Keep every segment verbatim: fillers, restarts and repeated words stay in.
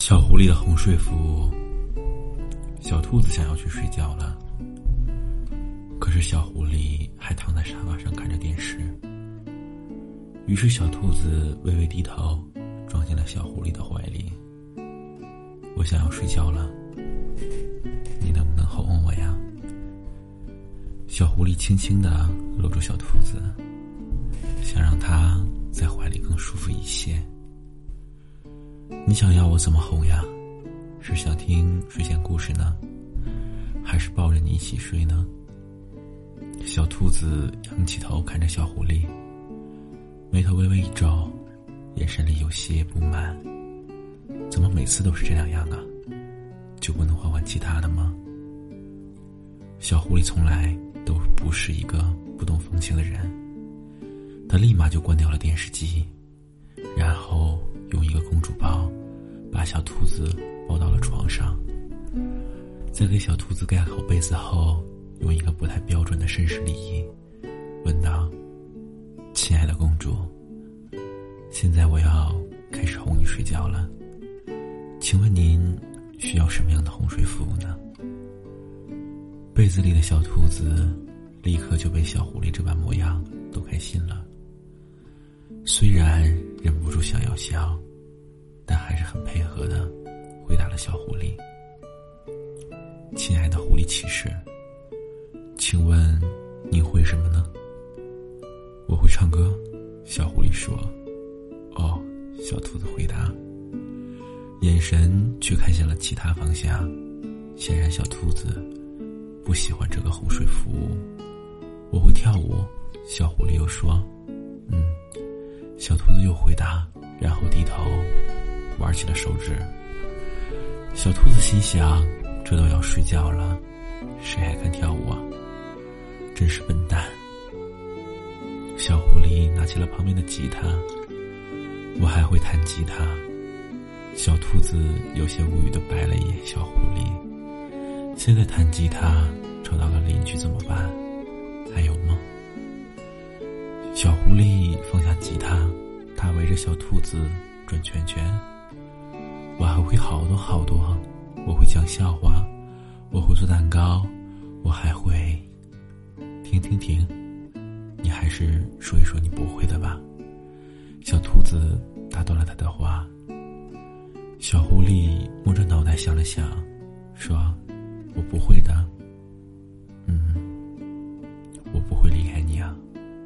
小狐狸的红睡服，小兔子想要去睡觉了，可是小狐狸还躺在沙发上看着电视。于是小兔子微微低头，撞进了小狐狸的怀里。我想要睡觉了，你能不能哄哄我呀？小狐狸轻轻地搂住小兔子，想让它在怀里更舒服一些。你想要我怎么哄呀？是想听睡前故事呢，还是抱着你一起睡呢？小兔子仰起头看着小狐狸，眉头微微一皱，眼神里有些不满。怎么每次都是这两样啊？就不能换换其他的吗？小狐狸从来都不是一个不懂风情的人，他立马就关掉了电视机，然后用一个公主抱把小兔子抱到了床上，在给小兔子盖好被子后，用一个不太标准的绅士礼仪问道：亲爱的公主，现在我要开始哄你睡觉了，请问您需要什么样的哄睡服务呢？被子里的小兔子立刻就被小狐狸这般模样逗开心了，虽然忍不住想要笑，但还是很配合的回答了小狐狸：亲爱的狐狸骑士，请问您会什么呢？我会唱歌，小狐狸说。哦，小兔子回答，眼神却看向了其他方向，显然小兔子不喜欢这个哄睡服务。我会跳舞，小狐狸又说。嗯，小兔子又回答，然后低头玩起了手指。小兔子心想，这都要睡觉了，谁还敢跳舞啊？真是笨蛋。小狐狸拿起了旁边的吉他，我还会弹吉他。小兔子有些无语地白了一眼小狐狸，现在弹吉他吵到了邻居怎么办？还有吗？小狐狸放下吉他，它围着小兔子转圈圈。我还会好多好多，我会讲笑话，我会做蛋糕，我还会……停停停，你还是说一说你不会的吧。小兔子打断了他的话。小狐狸摸着脑袋想了想，说：我不会的。嗯，我不会离开你啊。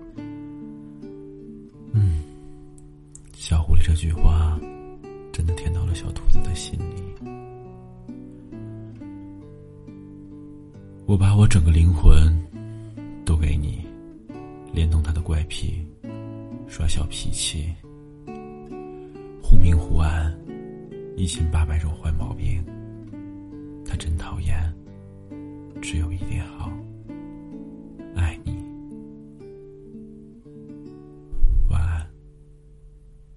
嗯，小狐狸这句话真的甜到了小兔子的心里。我把我整个灵魂都给你，连同他的怪癖、耍小脾气、忽明忽暗、一千八百种坏毛病，他真讨厌，只有一点好。